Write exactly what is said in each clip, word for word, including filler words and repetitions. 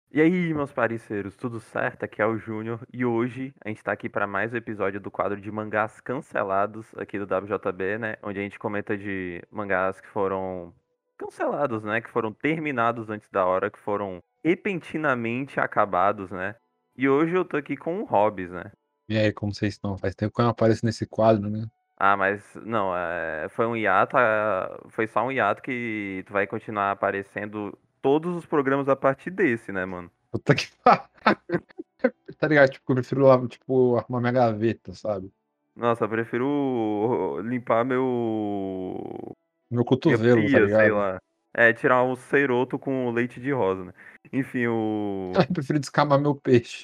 E aí, meus parceiros, tudo certo? Aqui é o Júnior e hoje a gente tá aqui para mais um episódio do quadro de mangás cancelados aqui do W J B, né? Onde a gente comenta de mangás que foram cancelados, né? Que foram terminados antes da hora, que foram repentinamente acabados, né? E hoje eu tô aqui com o Hobbs, né? E aí, como vocês estão? Faz tempo que eu não apareço nesse quadro, né? Ah, mas não, é, foi um hiato, é, foi só um hiato que tu vai continuar aparecendo todos os programas a partir desse, né, mano? Puta que pariu. Tá ligado? Tipo, eu prefiro lá, tipo, arrumar minha gaveta, sabe? Nossa, eu prefiro limpar meu. Meu Minha cotovelo, tá pia, sei ligado? lá. É, tirar um ceroto com leite de rosa, né? Enfim, o. Eu prefiro descamar meu peixe.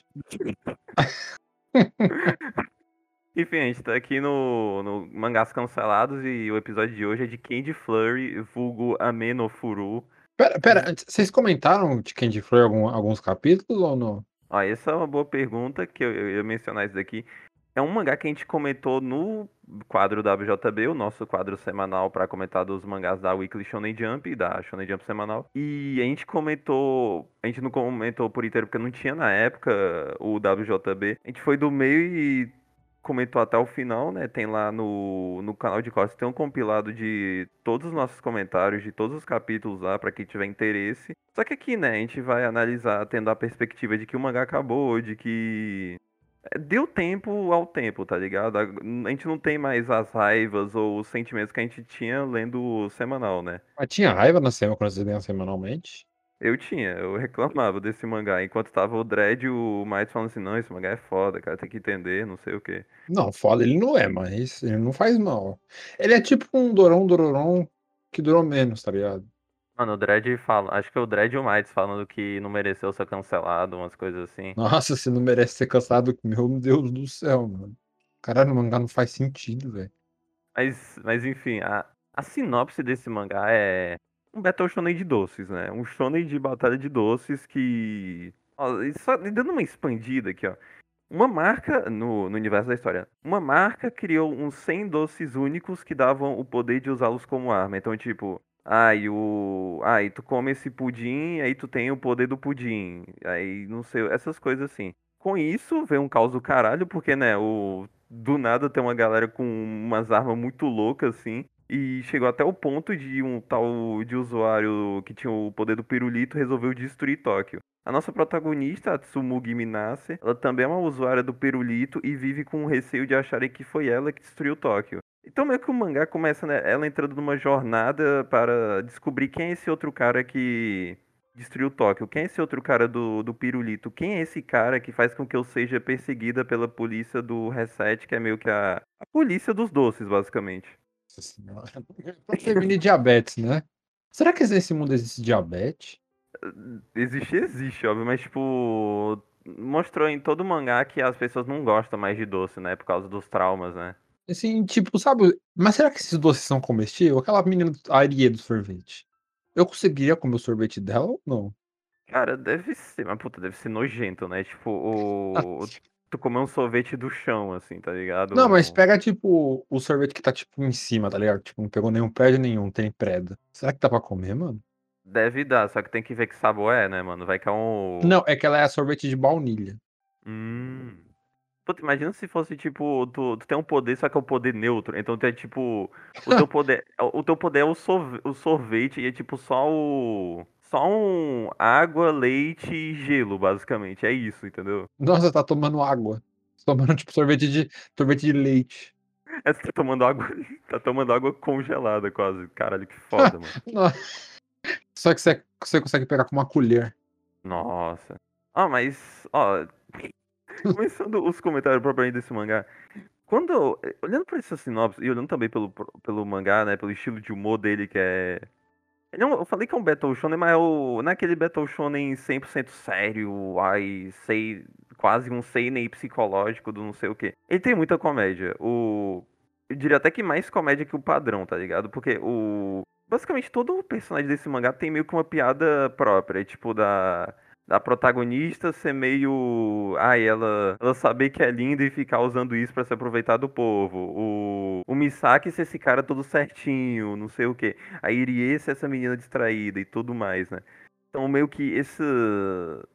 Enfim, a gente tá aqui no, no Mangás Cancelados e o episódio de hoje é de Candy Flurry, vulgo Amenofuru. Pera, pera, antes, vocês comentaram de Candy Flor algum, alguns capítulos ou não? Ó, essa é uma boa pergunta que eu, eu ia mencionar isso daqui. É um mangá que a gente comentou no quadro W J B, o nosso quadro semanal para comentar dos mangás da Weekly Shonen Jump, da Shonen Jump semanal. E a gente comentou, a gente não comentou por inteiro porque não tinha na época o W J B. A gente foi do meio e comentou até o final, né? Tem lá no, no canal de cortes, tem um compilado de todos os nossos comentários, de todos os capítulos lá, para quem tiver interesse. Só que aqui, né, a gente vai analisar tendo a perspectiva de que o mangá acabou, de que é, deu tempo ao tempo, tá ligado? A a gente não tem mais as raivas ou os sentimentos que a gente tinha lendo o semanal, né? Mas tinha raiva na semana quando vocês liam semanalmente? Eu tinha, eu reclamava desse mangá, enquanto tava o Dredd e o Might falando assim, não, esse mangá é foda, cara, tem que entender, não sei o quê. Não, foda ele não é, mas ele não faz mal. Ele é tipo um Dorão Dororon que durou menos, tá ligado? Mano, o Dredd fala, acho que é o Dredd e o Might falando que não mereceu ser cancelado, umas coisas assim. Nossa, você não merece ser cansado. Meu Deus do céu, mano. Caralho, o mangá não faz sentido, velho. Mas, mas enfim, a, a sinopse desse mangá é um Battle Shonen de doces, né? Um shonen de batalha de doces que. Ó, e só e dando uma expandida aqui, ó. Uma marca, no, no universo da história, uma marca criou uns cem doces únicos que davam o poder de usá-los como arma. Então, tipo, ai, o. Ai, tu come esse pudim, aí tu tem o poder do pudim. Aí, não sei, essas coisas assim. Com isso, veio um caos do caralho, porque, né, o. Do nada tem uma galera com umas armas muito loucas, assim. E chegou até o ponto de um tal de usuário que tinha o poder do pirulito resolveu destruir Tóquio. A nossa protagonista, a Tsumugi Minase, ela também é uma usuária do pirulito e vive com o receio de acharem que foi ela que destruiu Tóquio. Então meio que o mangá começa, né, ela entrando numa jornada para descobrir quem é esse outro cara que destruiu Tóquio, quem é esse outro cara do, do pirulito, quem é esse cara que faz com que eu seja perseguida pela polícia do Reset, que é meio que a, a polícia dos doces, basicamente. Nossa senhora. Pra prevenir diabetes, né? Será que nesse mundo existe diabetes? Existe, existe, óbvio, mas tipo, mostrou em todo mangá que as pessoas não gostam mais de doce, né? Por causa dos traumas, né? Assim, tipo, sabe, mas será que esses doces são comestíveis? Aquela menina, do- a Arie do sorvete. Eu conseguiria comer o sorvete dela ou não? Cara, deve ser, mas puta, deve ser nojento, né? Tipo, o. Tu comer um sorvete do chão, assim, tá ligado? Não, mas Um- pega, tipo, o sorvete que tá, tipo, em cima, tá ligado? Tipo, não pegou nenhum prédio nenhum, tem preda. Será que dá pra comer, mano? Deve dar, só que tem que ver que sabor é, né, mano? Vai que é um. Não, é que ela é sorvete de baunilha. Hum. Puta, imagina se fosse tipo, tu, tu tem um poder, só que é um poder neutro. Então tu é tipo. O teu poder. O teu poder é o, sorve- o sorvete e é tipo só o. Só um água, leite e gelo, basicamente. É isso, entendeu? Nossa, tá tomando água. Tomando, tipo, sorvete de, sorvete de leite. É, você tá tomando água. Tá tomando água congelada quase. Caralho, que foda, mano. Nossa, só que você, você consegue pegar com uma colher. Nossa. Ah, mas, ó, começando os comentários propriamente desse mangá. Quando, eu- olhando pra essa sinopse e olhando também pelo, pelo mangá, né, pelo estilo de humor dele, que é ele é um- eu falei que é um Battle Shonen, mas é o, não é aquele Battle Shonen cem por cento sério, ai, sei, quase um seinen psicológico do não sei o quê. Ele tem muita comédia. O, eu diria até que mais comédia que o padrão, tá ligado? Porque o, basicamente todo o personagem desse mangá tem meio que uma piada própria, tipo da da protagonista ser meio, ai, ela, ela saber que é linda e ficar usando isso pra se aproveitar do povo. O, o Misaki ser esse cara todo certinho, não sei o quê. A Irie ser essa menina distraída e tudo mais, né? Então, meio que esse,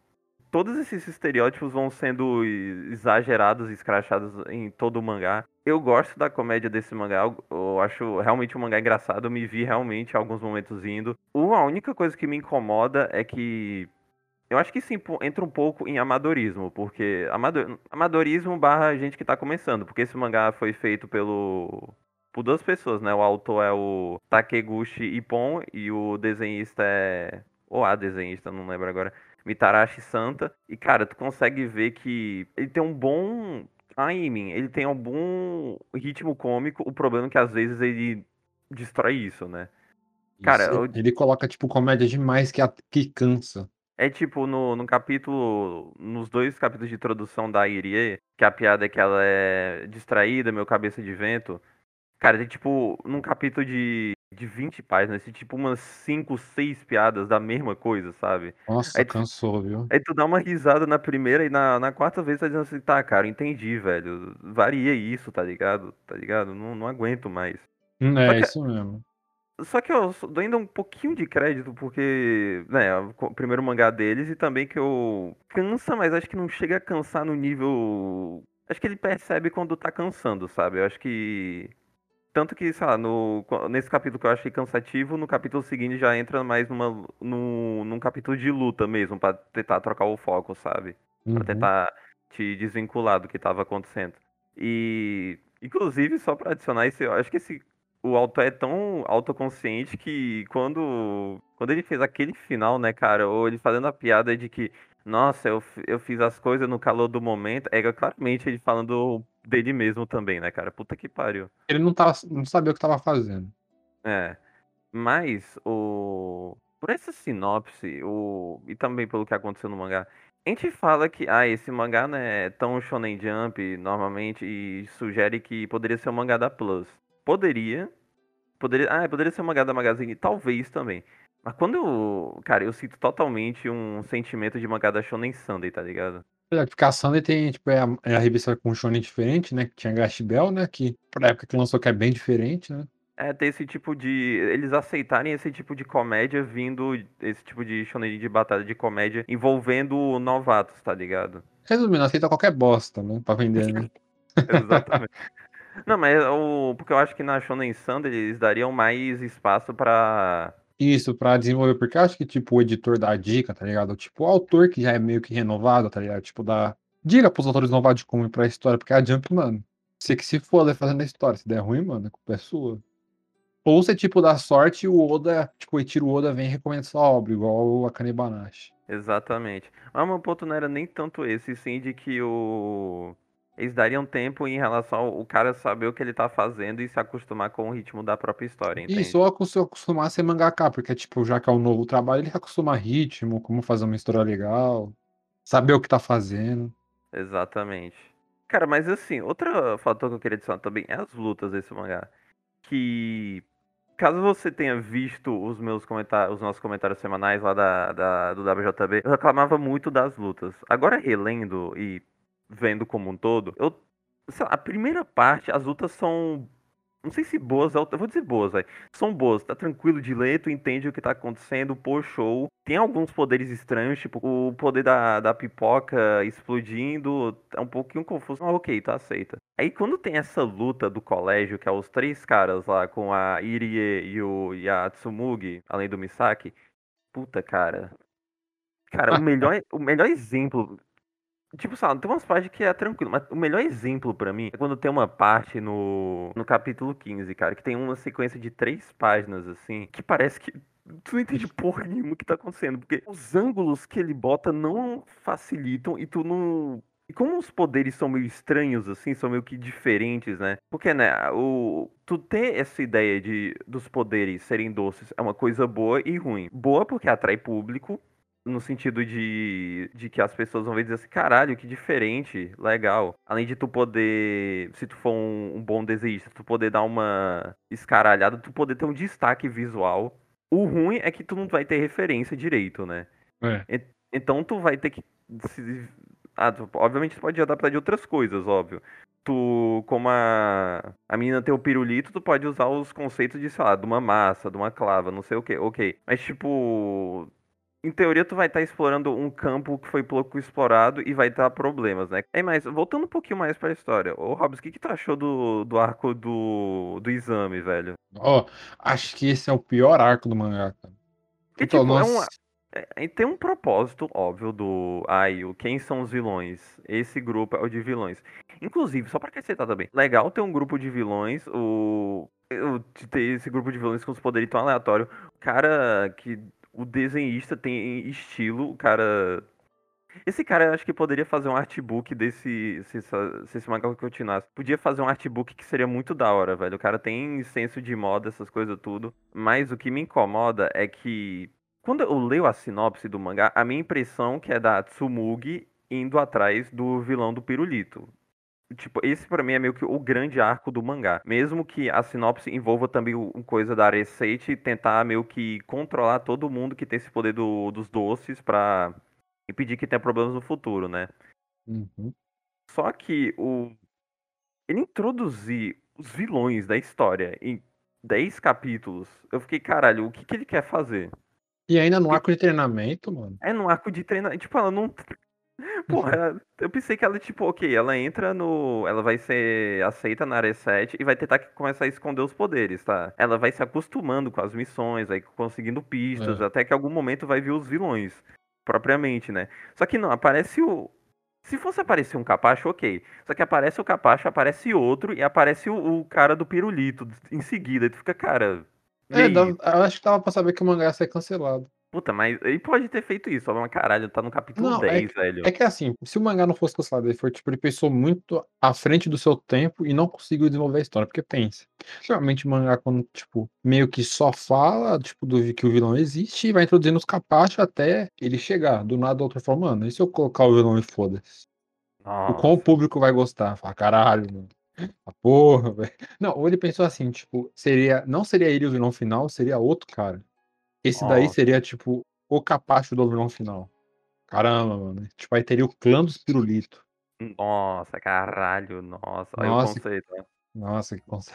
todos esses estereótipos vão sendo exagerados e escrachados em todo o mangá. Eu gosto da comédia desse mangá, eu, eu acho realmente um mangá engraçado, eu me vi realmente em alguns momentos rindo. O- A única coisa que me incomoda é que eu acho que sim, pô, entra um pouco em amadorismo, porque amador, amadorismo barra gente que tá começando, porque esse mangá foi feito pelo por duas pessoas, né? O autor é o Takeguchi Ippon e o desenhista é ou a desenhista, não lembro agora, Mitarashi Santa. E cara, tu consegue ver que ele tem um bom timing, ele tem um bom ritmo cômico. O problema é que às vezes ele destrói isso, né? Cara, Isso. eu Ele coloca, tipo, comédia demais que, a- que cansa. é tipo, no, no capítulo. Nos dois capítulos de introdução da Irie, que a piada é que ela é distraída, meu cabeça de vento. Cara, tem tipo, num capítulo de, de vinte páginas, tem tipo umas cinco seis piadas da mesma coisa, sabe? Nossa, Aí tu, cansou, viu? aí tu dá uma risada na primeira e na, na quarta vez tá dizendo assim, tá, cara, entendi, velho. Varia isso, tá ligado? Tá ligado? Não, não aguento mais. Hum, Só É, que isso mesmo. só que eu só dou ainda um pouquinho de crédito, porque, né, é o co- primeiro mangá deles e também que eu cansa, mas acho que não chega a cansar no nível. Acho que ele percebe quando tá cansando, sabe? Eu acho que. Tanto que, sei lá, no, nesse capítulo que eu achei cansativo, no capítulo seguinte já entra mais numa, num, num capítulo de luta mesmo, pra tentar trocar o foco, sabe? Pra Uhum. tentar te desvincular do que tava acontecendo. E, inclusive, só pra adicionar isso, eu acho que esse, o autor é tão autoconsciente que quando, quando ele fez aquele final, né, cara, ou ele fazendo a piada de que, nossa, eu, f- eu fiz as coisas no calor do momento, é claramente ele falando dele mesmo também, né, cara? Puta que pariu. Ele não, tava, não sabia o que tava fazendo. É, mas o por essa sinopse, o e também pelo que aconteceu no mangá, a gente fala que ah, esse mangá não é tão Shonen Jump normalmente e sugere que poderia ser um mangá da Plus. Poderia, poderia, ah, poderia ser um mangá da Magazine, talvez também. Mas quando eu, cara, eu sinto totalmente um sentimento de mangá da Shonen Sunday, tá ligado? É, porque a Sunday tem, tipo, é a, é a revista com shonen diferente, né? Que tinha Gash Bell, né? Que pra época que lançou que é bem diferente, né? É ter esse tipo de. Eles aceitarem esse tipo de comédia vindo. Esse tipo de shonen de batalha de comédia envolvendo novatos, tá ligado? Resumindo, aceita qualquer bosta, né? Pra vender, né? Exatamente. Não, mas o. Porque eu acho que na Shonen Sunday eles dariam mais espaço pra. Isso, pra desenvolver, porque eu acho que, tipo, o editor dá dica, tá ligado? Tipo, o autor que já é meio que renovado, tá ligado? Tipo, dá dica pros autores novados de como ir pra história, porque a Jump, mano, você que se foda fazendo a história. Se der ruim, mano, a culpa é sua. Ou você, tipo, dá sorte e o Oda, tipo, o Eiichiro Oda vem e recomenda sua obra, igual a Kanebanashi. Exatamente. Mas o meu ponto não era nem tanto esse, sim de que o. Eles dariam tempo em relação ao o cara saber o que ele tá fazendo e se acostumar com o ritmo da própria história, Isso, entende? ou acos- acostumar a ser mangaka, porque, tipo, já que é um novo trabalho, ele acostuma ritmo, como fazer uma história legal, saber o que tá fazendo. Exatamente. Cara, mas assim, outro fator que eu queria adicionar também é as lutas desse mangá. Que caso você tenha visto os meus comentários, os nossos comentários semanais lá da, da- do W J B, eu reclamava muito das lutas. Agora relendo e vendo como um todo, eu, sei lá, a primeira parte, as lutas são, não sei se boas, eu vou dizer boas, velho. São boas, tá tranquilo de ler, tu entende o que tá acontecendo, pô, show. Tem alguns poderes estranhos, tipo o poder da, da pipoca explodindo, é um pouquinho confuso, mas ok, tu aceita. Aí quando tem essa luta do colégio, que é os três caras lá, com a Irie e, o, e a Tsumugi, além do Misaki, puta, cara. Cara, o melhor, o melhor exemplo. Tipo, sabe, tem umas partes que é tranquilo, mas o melhor exemplo pra mim é quando tem uma parte no, no capítulo quinze, cara, que tem uma sequência de três páginas, assim, que parece que tu não entende porra nenhuma o que tá acontecendo, porque os ângulos que ele bota não facilitam e tu não. E como os poderes são meio estranhos, assim, são meio que diferentes, né? Porque, né, o, tu ter essa ideia de dos poderes serem doces é uma coisa boa e ruim. Boa porque atrai público, no sentido de, de que as pessoas vão ver e dizer assim, caralho, que diferente, legal. Além de tu poder, se tu for um, um bom desenhista, tu poder dar uma escaralhada, tu poder ter um destaque visual. O ruim é que tu não vai ter referência direito, né? É. E- Então tu vai ter que se... Ah, tu- obviamente tu pode adaptar de outras coisas, óbvio. Tu, como a, a menina tem o pirulito, tu pode usar os conceitos de, sei lá, de uma massa, de uma clava, não sei o que, ok. Mas, tipo, em teoria, tu vai estar explorando um campo que foi pouco explorado e vai dar problemas, né? É, mas voltando um pouquinho mais pra história, ô Hobbs, o que que tu achou do, do arco do, do exame, velho? Ó, acho que esse é o pior arco do mangá, cara. Porque, Puta, tipo, é um. nossa. É, é- tem um propósito óbvio do. Ai, o quem são os vilões? Esse grupo é o de vilões. Inclusive, só pra acrescentar também. Legal ter um grupo de vilões. O. o- de ter esse grupo de vilões com os poderes tão aleatórios. O cara que. O desenhista tem estilo. O cara. Esse cara eu acho que poderia fazer um artbook desse. Se, essa- se esse mangá continuasse. Podia fazer um artbook que seria muito da hora, velho. O cara tem senso de moda, essas coisas tudo. Mas o que me incomoda é que. Quando eu leio a sinopse do mangá, a minha impressão que é da Tsumugi indo atrás do vilão do Pirulito. Tipo, esse pra mim é meio que o grande arco do mangá. Mesmo que a sinopse envolva também o- um coisa da Arecete tentar meio que controlar todo mundo que tem esse poder do- dos doces pra impedir que tenha problemas no futuro, né? Uhum. Só que o ele introduzir os vilões da história em dez capítulos, eu fiquei, caralho, o que que ele quer fazer? E ainda no Porque arco de treinamento, mano. é no arco de treinamento, tipo, ela não. Porra, ela- eu pensei que ela, tipo, ok, ela entra no. Ela vai ser aceita na área sete e vai tentar que- começar a esconder os poderes, tá? Ela vai se acostumando com as missões, vai conseguindo pistas, É. até que em algum momento vai vir os vilões, propriamente, né? Só que não, aparece o. Se fosse aparecer um capacho, ok. Só que aparece o capacho, aparece outro e aparece o, o cara do pirulito em seguida. E tu fica, cara. E É, dá- aí? eu acho que tava pra saber que o mangá ia ser cancelado. Puta, mas ele pode ter feito isso, ó, mas caralho, tá no capítulo Não, é dez, que velho. é que assim, se o mangá não fosse cancelado, ele foi tipo, ele pensou muito à frente do seu tempo e não conseguiu desenvolver a história, porque pensa, geralmente o mangá quando, tipo, meio que só fala, tipo, do vi que o vilão existe e vai introduzindo os capachos até ele chegar, do nada outra forma, mano, e se eu colocar o vilão e foda-se? O quão o Nossa. público vai gostar? Fala: "Caralho, mano, a porra, velho". Não, ou ele pensou assim, tipo, seria não seria ele o vilão final, seria outro cara. Esse daí Nossa. seria, tipo, o capacho do vilão final. Caramba, mano. Tipo, aí teria o clã dos pirulito. Nossa, caralho, nossa. Olha o Nossa, conceito, ó. nossa, que conce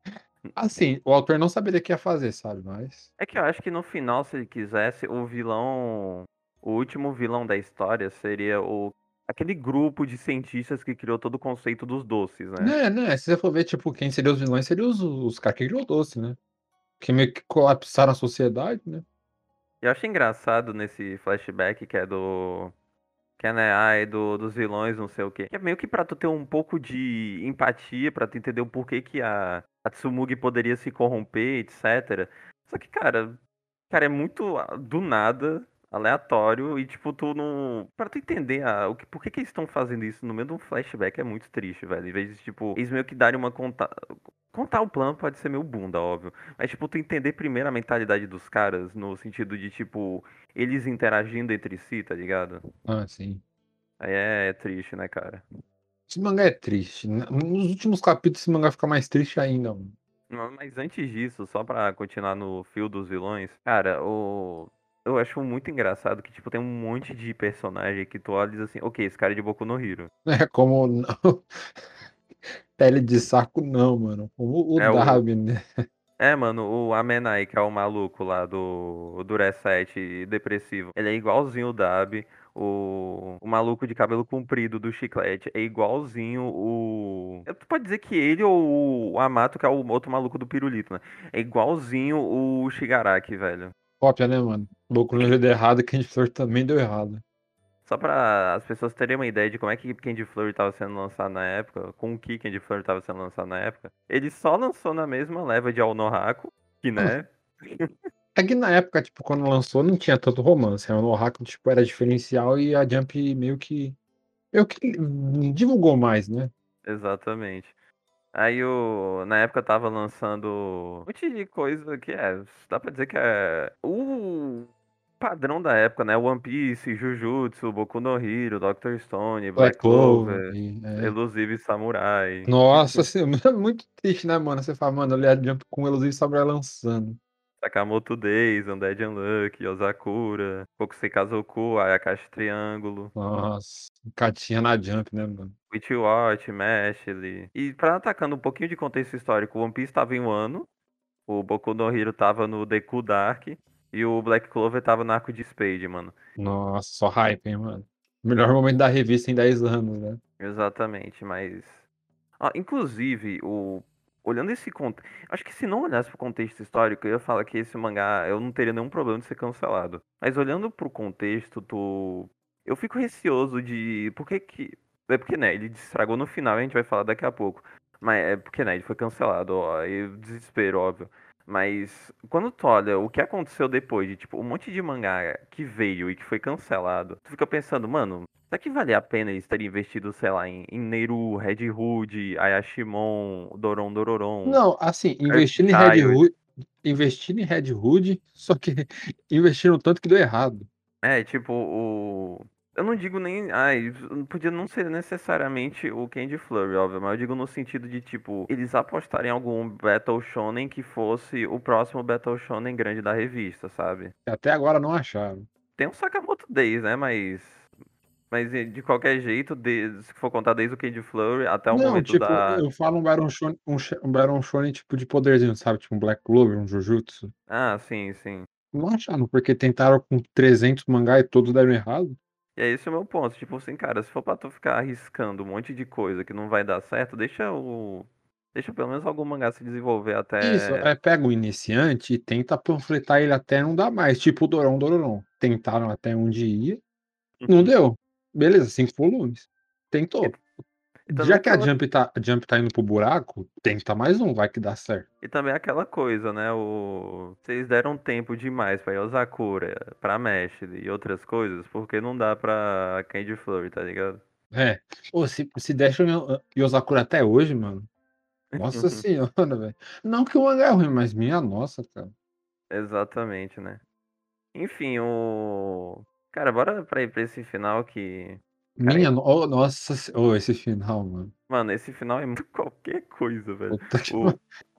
assim, o autor não saberia o que ia fazer, sabe, mas É que eu acho que no final, se ele quisesse, o vilão. O último vilão da história seria o. Aquele grupo de cientistas que criou todo o conceito dos doces, né? né, né, se você for ver, tipo, quem seria os vilões, seria os os cara que criou o doce, né. Que meio que colapsaram a sociedade, né. Eu acho engraçado nesse flashback que é do. Que é, né, ai, do, dos vilões, não sei o quê. Que é meio que pra tu ter um pouco de empatia, pra tu entender o porquê que a, a Tsumugi poderia se corromper, etcétera. Só que, cara, cara, é muito ah, do nada, aleatório, e tipo, tu não. Pra tu entender a, o que, por que que eles estão fazendo isso no meio de um flashback é muito triste, velho. Em vez de, tipo, eles meio que darem uma conta. Contar o plano pode ser meio bunda, óbvio. Mas, tipo, tu entender primeiro a mentalidade dos caras, no sentido de, tipo, eles interagindo entre si, tá ligado? Ah, sim. Aí é, é triste, né, cara? Esse mangá é triste, né, nos últimos capítulos esse mangá fica mais triste ainda, mano. Ma- Mas antes disso, só pra continuar no fio dos vilões, cara, o. Eu acho muito engraçado que, tipo, tem um monte de personagem que tu olha e diz assim, ok, esse cara é de Boku no Hero. É como não pele de saco não, mano, como o É o. Dabi, né. É, mano, o Amenai, que é o maluco lá do, do Reset depressivo. Ele é igualzinho o Dabi. O, o maluco de cabelo comprido do Chiclete é igualzinho o. Tu pode dizer que ele ou o Amato, que é o outro maluco do Pirulito, né? É igualzinho o Shigaraki, velho. Cópia, né, mano. Boku no Hero deu errado, Candy Flor também deu errado. Só pra as pessoas terem uma ideia de como é que Candy Flor estava sendo lançado na época, com o que Candy Flor estava sendo lançado na época, ele só lançou na mesma leva de Al-Nohaku, que, né? É que na época, tipo, quando lançou não tinha tanto romance, o Onohaku, tipo, era diferencial e a Jump meio que meio que hum, divulgou mais, né. Exatamente. Aí o. Na época tava lançando um monte de coisa que é. Dá pra dizer que é. O padrão da época, né? One Piece, Jujutsu, Boku no Hero, Doctor Stone, Black Black Clover Clover, e é. Elusive Samurai, Nossa senhora, é muito triste, né, mano, você fala: "Mano, olha a Jump com Elusive Samurai lançando". Sakamoto Days, Undead Unluck, Ozakura, Kokusei Kazoku, Ayakashi Triângulo, Nossa, catinha na Jump, né, mano. Witch Watch, Meshle. E pra atacando um pouquinho de contexto histórico, o One Piece tava em um ano, o Boku no Hero tava no Deku Dark. E o Black Clover tava no arco de Spade, mano. Nossa, só hype, hein, mano. Melhor momento da revista em dez anos, né? Exatamente, mas. Ah, inclusive, o... olhando esse contexto. Acho que se não olhasse pro contexto histórico, eu ia falar que esse mangá eu não teria nenhum problema de ser cancelado. Mas olhando pro contexto, tu. Eu fico receoso de. Por que que. É porque, né, ele estragou no final, a gente vai falar daqui a pouco. Mas é porque, né, ele foi cancelado, ó. E desespero, óbvio. Mas quando tu olha o que aconteceu depois de, tipo, um monte de mangá que veio e que foi cancelado, tu fica pensando, mano, será que valia a pena eles terem investido, sei lá, em, em Neiru, Red Hood, Ayashimon, Doron Dororon, Não, assim, Earth investindo em Red Child? Hood, investindo em Red Hood, só que investiram tanto que deu errado. É, tipo, o. Eu não digo nem. Ai, podia não ser necessariamente o Candy Flurry, óbvio, mas eu digo no sentido de, tipo, eles apostarem em algum Battle Shonen que fosse o próximo Battle Shonen grande da revista, sabe? Até agora não acharam. Tem um Sakamoto Days, né? Mas. Mas eh, de qualquer jeito, de- se for contar desde o Candy Flurry até o Não, momento tipo, da. eu falo um Baron Shonen, um, sh- um Baron Shonen tipo de poderzinho, sabe? Tipo um Black Clover, um Jujutsu. Ah, sim, sim. Não acharam, porque tentaram com trezentos mangá e todos deram errado. E é esse o meu ponto. Tipo assim, cara, se for pra tu ficar arriscando um monte de coisa que não vai dar certo, deixa o. Deixa pelo menos algum mangá se desenvolver Isso, até. é, pega o iniciante e tenta panfletar ele até não dar mais, tipo o Dorão Dororon. Tentaram até onde ia, não deu. Beleza, cinco volumes. E, Tentou. e também Já que a aquela. Jump tá, a Jump tá indo pro buraco, tenta mais um, vai que dá certo. E também aquela coisa, né? O... Vocês deram tempo demais pra Yosakura, pra Meshle e outras coisas, porque não dá pra Candy Flurry, tá ligado? É. Ô, se, se deixa o Yosakura até hoje, mano. Nossa senhora, velho. Não que o mangá é ruim, mas minha nossa, cara. Exatamente, né? Enfim, o. Cara, bora pra ir pra esse final que. Cara, Minha, no- oh, nossa, se- oh, esse final, mano. mano, esse final é muito qualquer coisa, velho. Puta que O.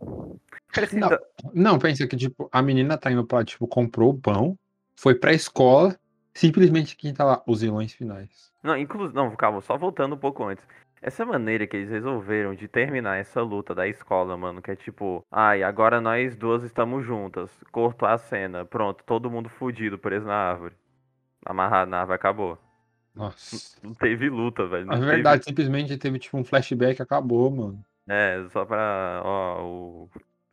Cara, esse Não, da- não, pensa que, tipo, a menina tá indo pra, tipo, comprou o pão, foi pra escola, simplesmente quem tá lá, os vilões finais. Não, inclusive. Não, calma, só voltando um pouco antes. Essa maneira que eles resolveram de terminar essa luta da escola, mano, que é tipo, ai, agora nós duas estamos juntas. Cortou a cena. Pronto, todo mundo fudido, preso na árvore. Amarrado na árvore, acabou. Nossa. Não teve luta, velho. A Não teve. verdade, simplesmente teve, tipo, um flashback e acabou, mano. É, só pra. Ó, o.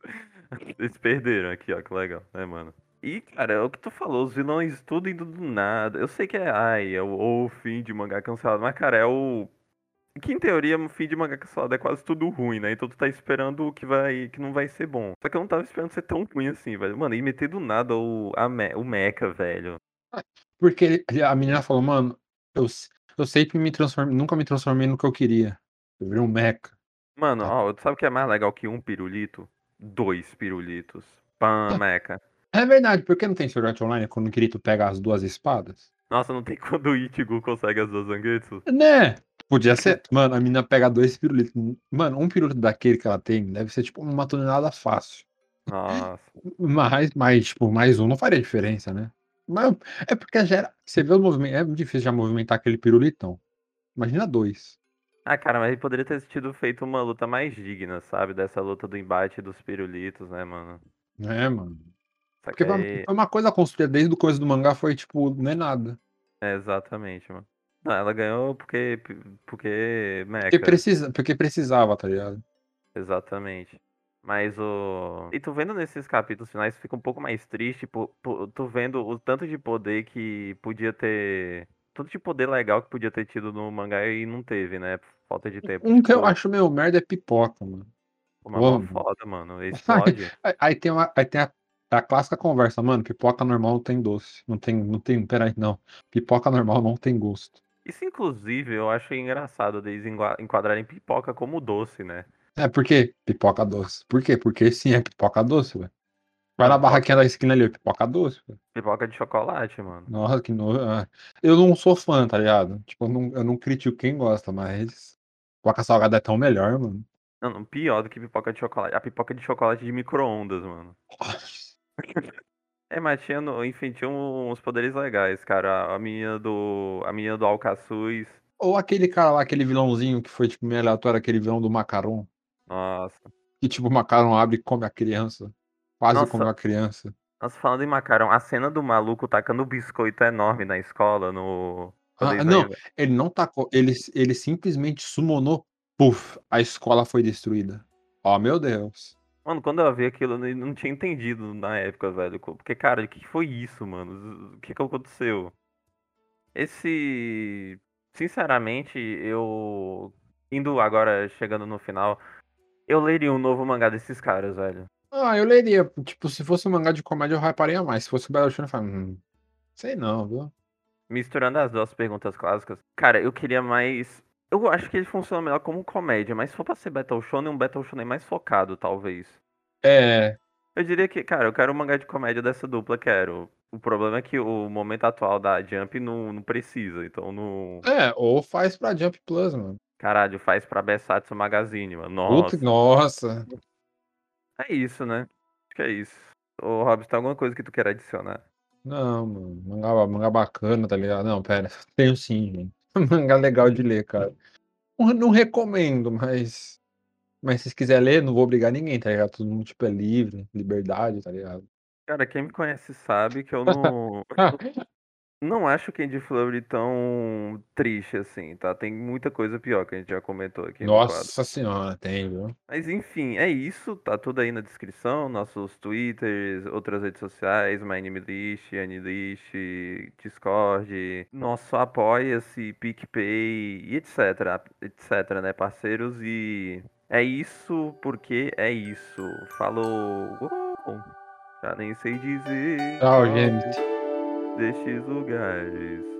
Eles perderam aqui, ó, que legal, né, mano? E, cara, é o que tu falou, os vilões tudo indo do nada. Eu sei que é, ai, é o, o fim de mangá cancelado, mas, cara, é o. Que em teoria, o fim de mangá cancelado é quase tudo ruim, né? Então tu tá esperando o que vai, que não vai ser bom. Só que eu não tava esperando ser tão ruim assim, velho. Mano, e meter do nada o, a Me- o Mecha, velho. Porque ele- a menina falou, mano, eu, s- eu sempre me transformei, nunca me transformei no que eu queria. Eu virei um mecha. Mano, Tá? ó, tu sabe o que é mais legal que um pirulito? Dois pirulitos. Pã, Mecha. É verdade, por que não tem Sword Art Online quando o Kirito pega as duas espadas? Nossa, não tem quando o Ichigo consegue as duas Zangetsu? Né? Podia ser. Mano, a menina pega dois pirulitos. Mano, um pirulito daquele que ela tem deve ser tipo uma tonelada fácil. Nossa. Mas, mas, tipo, mais um não faria diferença, né? Mas é porque gera. Você vê o movimento. É muito difícil já movimentar aquele pirulitão. Imagina dois. Ah, cara, mas ele poderia ter tido feito uma luta mais digna, sabe? Dessa luta do embate dos pirulitos, né, mano? Né, mano? Só que Porque foi aí. foi uma coisa construída desde o coisa do mangá, foi tipo, não é nada. É, exatamente, mano. Não, ela ganhou porque. Porque. Porque, Mecha. precisa, porque precisava, tá ligado? Exatamente. Mas o. E tu vendo nesses capítulos finais, fica um pouco mais triste, por, por- tu vendo o tanto de poder que podia ter. Tanto de poder legal que podia ter tido no mangá e não teve, né? Por falta de tempo. Um que eu Tipo, acho meio merda é pipoca, mano. uma mó Pô, mano. foda, mano. Aí, Explode. aí- aí tem, uma, aí tem a, a clássica conversa, mano. Pipoca normal não tem doce. Não tem, não tem. Peraí, não. Pipoca normal não tem gosto. Isso, inclusive, eu acho engraçado deles engua- enquadrarem pipoca como doce, né? É, por quê? Pipoca doce. Por quê? Porque sim, é pipoca doce, velho. Vai Mano, na pipoca, barraquinha da esquina ali, é pipoca doce, velho. pipoca de chocolate, mano. Nossa, que nojo. Ah, eu não sou fã, tá ligado? Tipo, eu não, eu não critico quem gosta, mas. Pipoca salgada é tão melhor, mano. Não, não, pior do que pipoca de chocolate. A pipoca de chocolate de micro-ondas, mano. É, mas tinha, no- enfim, tinha uns poderes legais, cara. A menina do. A menina do Alcaçuz. Ou aquele cara lá, aquele vilãozinho que foi, tipo, meio aleatório, aquele vilão do Macaron. Nossa. Que, tipo, o Macaron abre e come a criança. Quase comeu Nossa, a criança. Nós falando em macarrão, a cena do maluco tacando biscoito enorme na escola, no. Quando Ah, eles vão. não, ele não tacou, ele ele simplesmente summonou, puf, a escola foi destruída. Oh, meu Deus. Mano, quando eu vi aquilo, eu não não tinha entendido na época, velho. Porque, cara, o que que foi isso, mano? O que que aconteceu? Esse. Sinceramente, eu. Indo agora, chegando no final, eu leria um novo mangá desses caras, velho. Ah, eu leria, tipo, se fosse um mangá de comédia eu hyparia mais, se fosse o Battle Shonen eu falava: "Hum, sei não, viu". Misturando as duas perguntas clássicas. Cara, eu queria mais. Eu acho que ele funciona melhor como comédia, mas se for pra ser Battle Shonen, um Battle Shonen mais focado, talvez. É, Eu diria que, cara, eu quero um mangá de comédia dessa dupla, quero. O problema é que o momento atual da Jump não, não precisa, então não. é, ou faz pra Jump Plus, mano. Caralho, faz pra Besatsu Magazine, mano. Puta, Nossa. nossa. É isso, né? Acho que é isso. Ô, Robson, tem alguma coisa que tu quer adicionar? Não, mano, mangá mangá bacana, tá ligado? Não, pera, tenho sim, gente. Mangá legal de ler, cara. Não não recomendo, mas mas se vocês quiser ler, não vou obrigar ninguém, tá ligado? Todo mundo, tipo, é livre, liberdade, tá ligado? Cara, quem me conhece sabe que eu não. Não acho o Candy Flurry tão triste assim, tá? Tem muita coisa pior que a gente já comentou aqui no quadro. Nossa senhora, tem, viu? Mas enfim, é isso. Tá tudo aí na descrição. Nossos Twitters, outras redes sociais, MyAnimeList, AniList, Discord, nosso Apoia-se, PicPay e etc, etc, né, parceiros? E é isso porque é isso. Falou! Uou! Já nem sei dizer Tchau, qual gente. destes lugares.